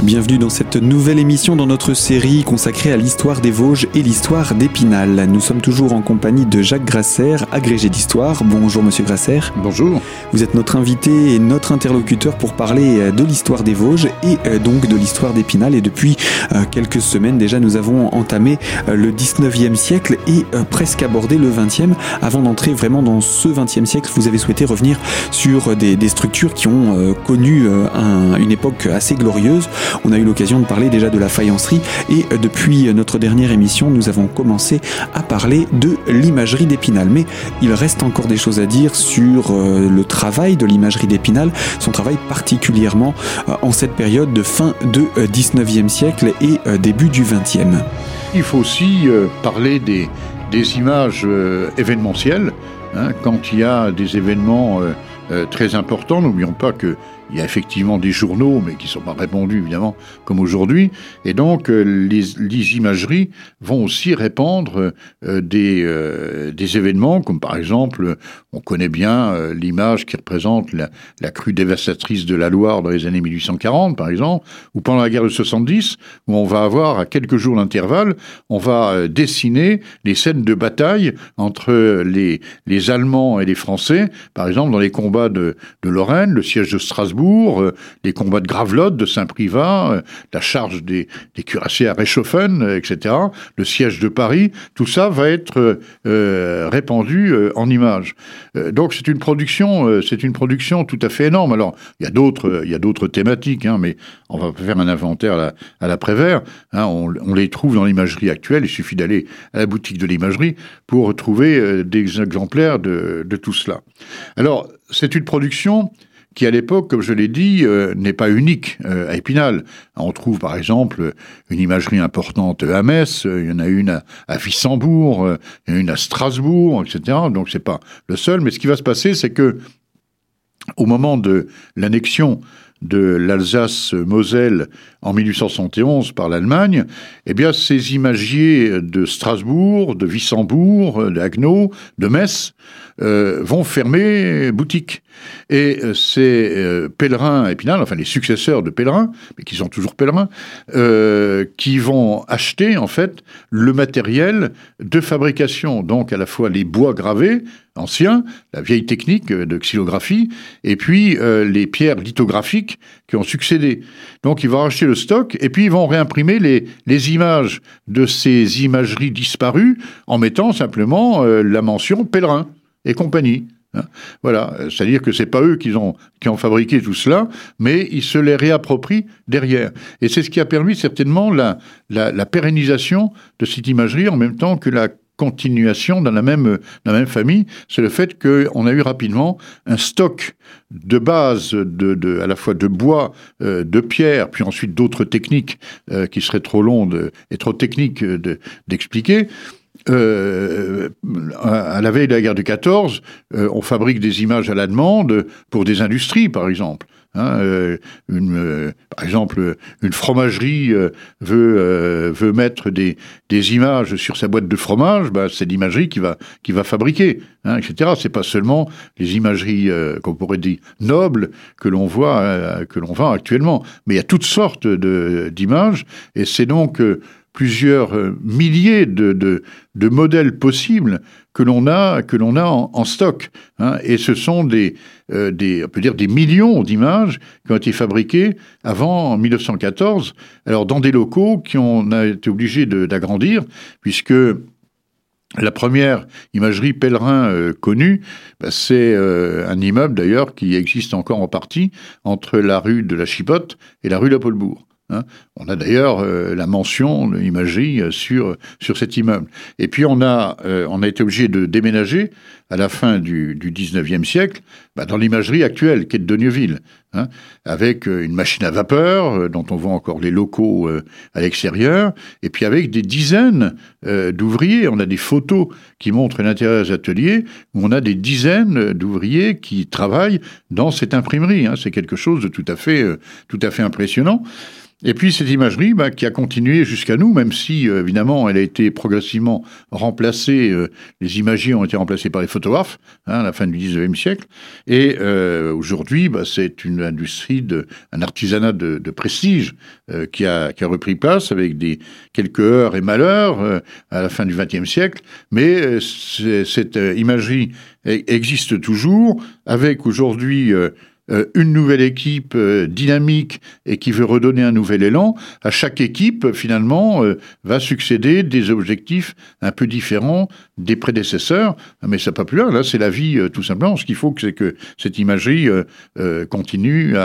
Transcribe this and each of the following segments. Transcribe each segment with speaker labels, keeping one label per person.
Speaker 1: Bienvenue dans cette nouvelle émission dans notre série consacrée à l'histoire des Vosges et l'histoire d'Épinal. Nous sommes toujours en compagnie de Jacques Grasser, agrégé d'histoire. Bonjour Monsieur Grasser.
Speaker 2: Bonjour.
Speaker 1: Vous êtes notre invité et notre interlocuteur pour parler de l'histoire des Vosges et donc de l'histoire d'Épinal. Et depuis quelques semaines déjà, nous avons entamé le 19e siècle et presque abordé le 20e. Avant d'entrer vraiment dans ce 20e siècle, vous avez souhaité revenir sur des structures qui ont connu une époque assez glorieuse. On a eu l'occasion de parler déjà de la faïencerie et depuis notre dernière émission, nous avons commencé à parler de l'imagerie d'Épinal. Mais il reste encore des choses à dire sur le travail de l'imagerie d'Épinal, son travail particulièrement en cette période de fin de 19e siècle et début du 20e.
Speaker 2: Il faut aussi parler des images événementielles. Quand il y a des événements très importants, n'oublions pas que il y a effectivement des journaux, mais qui ne sont pas répandus, évidemment, comme aujourd'hui. Et donc, les imageries vont aussi répandre des événements, comme par exemple, on connaît bien l'image qui représente la crue dévastatrice de la Loire dans les années 1840, par exemple, ou pendant la guerre de 70, où on va avoir, à quelques jours d'intervalle, on va dessiner les scènes de bataille entre les Allemands et les Français, par exemple, dans les combats de Lorraine, le siège de Strasbourg, les combats de Gravelotte, de Saint-Privat, la charge des cuirassiers à Reichshoffen, etc., le siège de Paris, tout ça va être répandu en images. Donc c'est une production tout à fait énorme. Alors il y a d'autres thématiques, mais on va faire un inventaire à la Prévert. On les trouve dans l'imagerie actuelle. Il suffit d'aller à la boutique de l'imagerie pour trouver des exemplaires de tout cela. Alors c'est une production qui, à l'époque, comme je l'ai dit, n'est pas unique à Épinal. On trouve, par exemple, une imagerie importante à Metz, il y en a une à Wissembourg, il y en a une à Strasbourg, etc. Donc, c'est pas le seul. Mais ce qui va se passer, c'est que, au moment de l'annexion de l'Alsace-Moselle en 1871 par l'Allemagne, eh bien, ces imagiers de Strasbourg, de Wissembourg, d'Haguenau, de Metz, vont fermer boutique. Et ces pèlerins à Épinal, enfin les successeurs de pèlerins, mais qui sont toujours pèlerins, qui vont acheter en fait le matériel de fabrication, donc à la fois les bois gravés anciens, la vieille technique de xylographie, et puis les pierres lithographiques qui ont succédé. Donc ils vont racheter le stock, et puis ils vont réimprimer les images de ces imageries disparues en mettant simplement la mention pèlerin et compagnie. Voilà, c'est-à-dire que c'est pas eux qui ont fabriqué tout cela, mais ils se les réapproprient derrière. Et c'est ce qui a permis certainement la pérennisation de cette imagerie en même temps que la continuation dans la même famille. C'est le fait qu'on a eu rapidement un stock de base à la fois de bois, de pierre, puis ensuite d'autres techniques qui seraient trop longues et trop techniques d'expliquer. À la veille de la guerre de 14, on fabrique des images à la demande pour des industries, par exemple. Par exemple, une fromagerie veut mettre des images sur sa boîte de fromage, c'est l'imagerie qui va fabriquer, etc. C'est pas seulement les imageries qu'on pourrait dire nobles que l'on voit actuellement, mais il y a toutes sortes d'images, et c'est donc plusieurs milliers de modèles possibles que l'on a en stock. Et ce sont on peut dire des millions d'images qui ont été fabriquées avant 1914, alors dans des locaux qu'on a été obligé d'agrandir, puisque la première imagerie pèlerin connue, c'est un immeuble d'ailleurs qui existe encore en partie entre la rue de la Chipotte et la rue Léopoldbourg. On a d'ailleurs la mention de l'imagerie sur cet immeuble. Et puis on a été obligé de déménager à la fin du 19e siècle dans l'imagerie actuelle qui est de Dogneuville, avec une machine à vapeur dont on voit encore les locaux à l'extérieur, et puis avec des dizaines d'ouvriers. On a des photos qui montrent l'intérieur des ateliers où on a des dizaines d'ouvriers qui travaillent dans cette imprimerie. C'est quelque chose de tout à fait impressionnant. Et puis cette imagerie qui a continué jusqu'à nous, même si évidemment elle a été progressivement remplacée, les imagiers ont été remplacés par les photographes à la fin du 19e siècle, et aujourd'hui c'est une l'industrie, un artisanat de prestige qui a repris place avec quelques heurts et malheurs à la fin du XXe siècle. Mais cette imagerie existe toujours, avec aujourd'hui une nouvelle équipe dynamique et qui veut redonner un nouvel élan. À chaque équipe, finalement, va succéder des objectifs un peu différents des prédécesseurs. Mais ça pas plus là. Là, c'est la vie, tout simplement. Ce qu'il faut, c'est que cette imagerie continue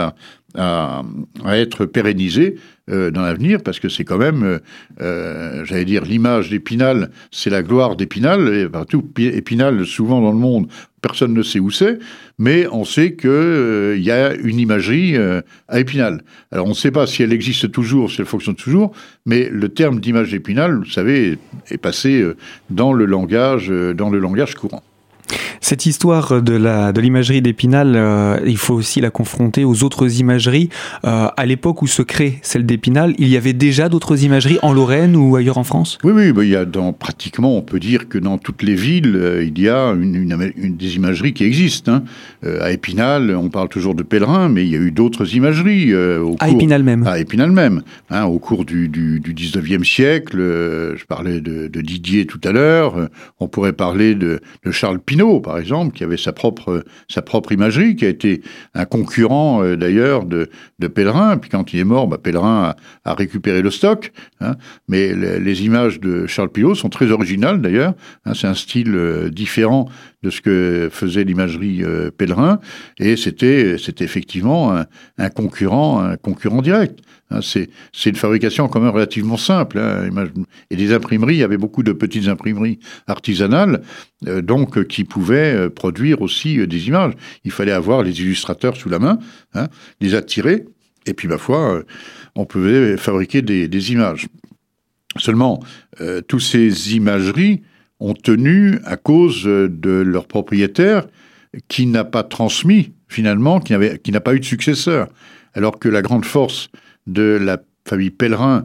Speaker 2: à être pérennisée dans l'avenir, parce que c'est quand même, j'allais dire, l'image d'Épinal, c'est la gloire d'Épinal. Et partout, Épinal, souvent dans le monde, personne ne sait où c'est, mais on sait qu'il y a une imagerie à Épinal. Alors on ne sait pas si elle existe toujours, si elle fonctionne toujours, mais le terme d'image d'Épinal, vous savez, est passé dans le langage courant.
Speaker 1: Cette histoire de l'imagerie d'Épinal, il faut aussi la confronter aux autres imageries. À l'époque où se crée celle d'Épinal, il y avait déjà d'autres imageries en Lorraine ou ailleurs en France ?
Speaker 2: Oui, il y a pratiquement, on peut dire que dans toutes les villes, il y a une des imageries qui existent. Hein. À Épinal, on parle toujours de pèlerins, mais il y a eu d'autres imageries.
Speaker 1: Épinal même.
Speaker 2: À Épinal même. Hein, au cours du 19e siècle, je parlais de Didier tout à l'heure, on pourrait parler de Charles Pinault, par exemple, qui avait sa propre imagerie, qui a été un concurrent d'ailleurs de Pellerin. Puis quand il est mort, Pellerin a récupéré le stock. Hein. Mais les images de Charles Pinault sont très originales d'ailleurs. Hein. C'est un style différent de ce que faisait l'imagerie Pellerin. Et c'était effectivement un concurrent direct. Hein, c'est une fabrication quand même relativement simple. Hein, et des imprimeries, il y avait beaucoup de petites imprimeries artisanales, donc qui pouvaient produire aussi des images. Il fallait avoir les illustrateurs sous la main, hein, les attirer, et puis ma foi, on pouvait fabriquer des images. Seulement, toutes ces imageries ont tenu à cause de leur propriétaire qui n'a pas transmis, finalement, qui n'a pas eu de successeur. Alors que la grande force de la famille Pellerin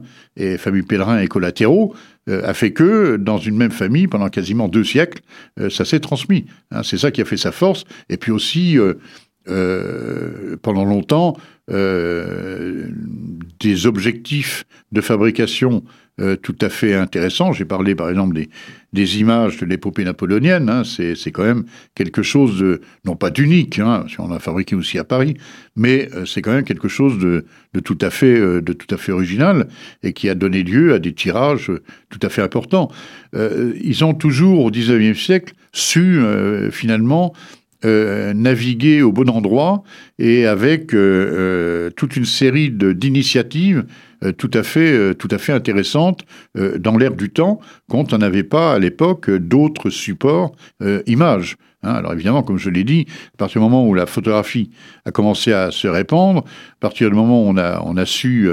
Speaker 2: et collatéraux a fait que, dans une même famille, pendant quasiment 2 siècles, ça s'est transmis. Hein, c'est ça qui a fait sa force. Et puis aussi, pendant longtemps, des objectifs de fabrication tout à fait intéressants. J'ai parlé, par exemple, des images de l'épopée napoléonienne. Hein, c'est quand même quelque chose de, non pas d'unique, hein, on a fabriqué aussi à Paris, mais c'est quand même quelque chose de tout à fait original et qui a donné lieu à des tirages tout à fait importants. Ils ont toujours, au XIXe siècle, su finalement naviguer au bon endroit et avec toute une série d'initiatives tout à fait intéressantes dans l'air du temps, quand on n'avait pas à l'époque d'autres supports images. Hein, alors évidemment, comme je l'ai dit, à partir du moment où la photographie a commencé à se répandre, à partir du moment où on a su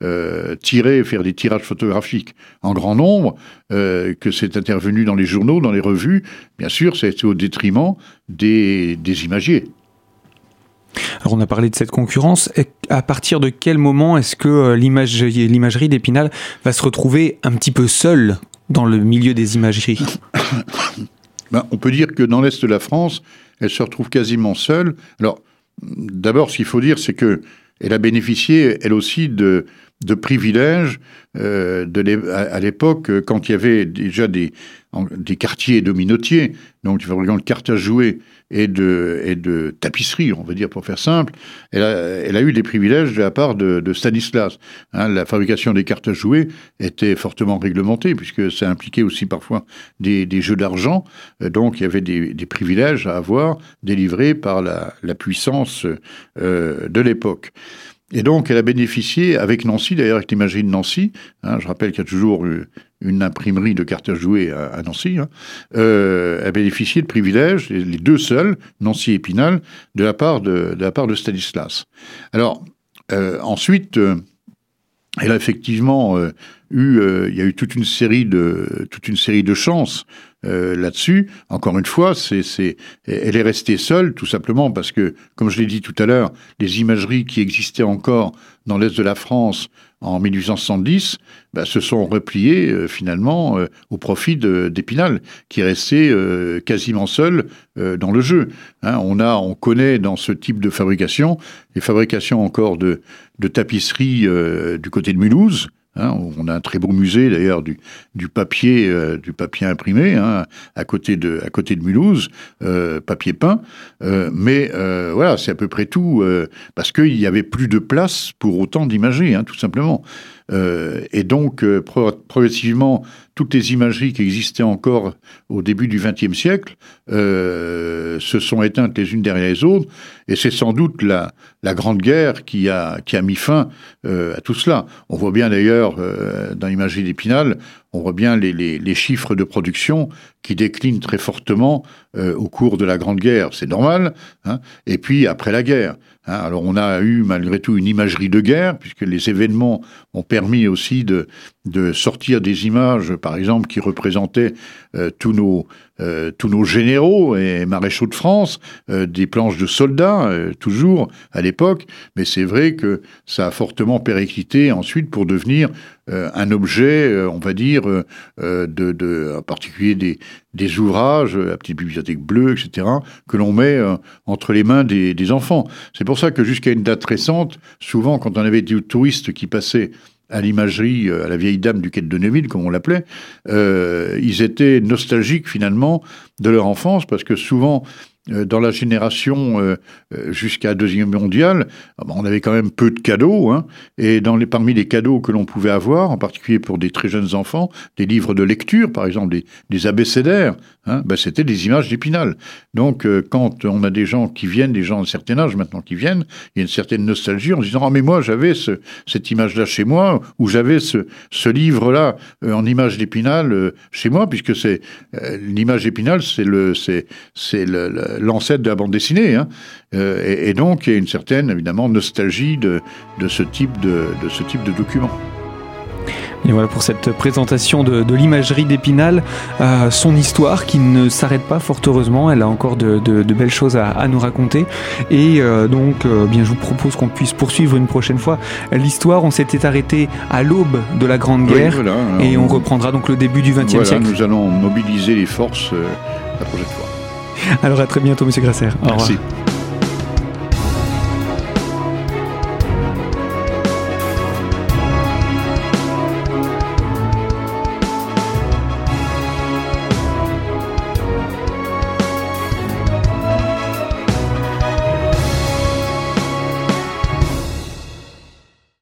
Speaker 2: faire des tirages photographiques en grand nombre, que c'est intervenu dans les journaux, dans les revues, bien sûr, ça a été au détriment des imagiers.
Speaker 1: Alors on a parlé de cette concurrence. À partir de quel moment est-ce que l'imagerie d'Épinal va se retrouver un petit peu seule dans le milieu des imageries ?
Speaker 2: On peut dire que dans l'Est de la France, elle se retrouve quasiment seule. Alors, d'abord, ce qu'il faut dire, c'est qu'elle a bénéficié, elle aussi, de privilèges à l'époque, quand il y avait déjà des quartiers dominotiers, donc du fabricant de cartes à jouer et de tapisserie, on va dire pour faire simple. Elle a eu des privilèges de la part de Stanislas. Hein, la fabrication des cartes à jouer était fortement réglementée, puisque ça impliquait aussi parfois des jeux d'argent. Donc il y avait des privilèges à avoir délivrés par la puissance de l'époque. Et donc, elle a bénéficié, avec Nancy, d'ailleurs, avec l'imagerie de Nancy, hein, je rappelle qu'il y a toujours une imprimerie de cartes à jouer à Nancy, hein, a bénéficié de privilèges, les 2 seuls, Nancy et Épinal, de la part de Stanislas. Alors, ensuite, elle a effectivement il y a eu toute une série de chances là-dessus. Encore une fois, elle est restée seule, tout simplement parce que, comme je l'ai dit tout à l'heure, les imageries qui existaient encore dans l'est de la France en 1870 se sont repliées finalement au profit d'Épinal, qui est resté quasiment seul dans le jeu. On connaît dans ce type de fabrication les fabrications encore de tapisseries du côté de Mulhouse. On a un très beau musée d'ailleurs du papier imprimé à côté de Mulhouse, papier peint. Mais voilà, c'est à peu près tout parce qu'il n'y avait plus de place pour autant d'imageries, tout simplement. Et donc progressivement, toutes les imageries qui existaient encore au début du XXe siècle se sont éteintes les unes derrière les autres, et c'est sans doute la Grande Guerre qui a mis fin à tout cela. On voit bien d'ailleurs dans l'imagerie d'Épinal, on voit bien les chiffres de production qui déclinent très fortement au cours de la Grande Guerre. C'est normal, et puis après la guerre. Alors on a eu malgré tout une imagerie de guerre, puisque les événements ont permis aussi de sortir des images, par exemple, qui représentaient tous nos généraux et maréchaux de France, des planches de soldats, toujours à l'époque, mais c'est vrai que ça a fortement périclité ensuite pour devenir un objet, on va dire, en particulier des ouvrages, la petite bibliothèque bleue, etc., que l'on met entre les mains des enfants. C'est pour ça que jusqu'à une date récente, souvent quand on avait des touristes qui passaient à l'imagerie, à la vieille dame du quai de Neuville, comme on l'appelait, ils étaient nostalgiques finalement de leur enfance, parce que souvent, dans la génération jusqu'à la Deuxième Mondiale, on avait quand même peu de cadeaux, et parmi les cadeaux que l'on pouvait avoir, en particulier pour des très jeunes enfants, des livres de lecture, par exemple des abécédaires, c'était des images d'Épinal. Donc quand on a des gens qui viennent, des gens d'un certain âge maintenant qui viennent, il y a une certaine nostalgie en se disant « Ah mais moi j'avais cette image-là chez moi, ou j'avais ce livre-là en image d'Épinal chez moi », puisque c'est l'image d'Épinal, c'est l'ancêtre de la bande dessinée, et donc il y a une certaine évidemment nostalgie de ce type de document.
Speaker 1: Et voilà pour cette présentation de l'imagerie d'Épinal, son histoire qui ne s'arrête pas fort heureusement, elle a encore de belles choses à nous raconter, et donc bien je vous propose qu'on puisse poursuivre une prochaine fois l'histoire. On s'était arrêté à l'aube de la Grande Guerre, oui, voilà, et on reprendra donc le début du XXe siècle.
Speaker 2: Nous allons mobiliser les forces la prochaine fois.
Speaker 1: Alors à très bientôt, Monsieur Grasser.
Speaker 2: Merci. Au revoir.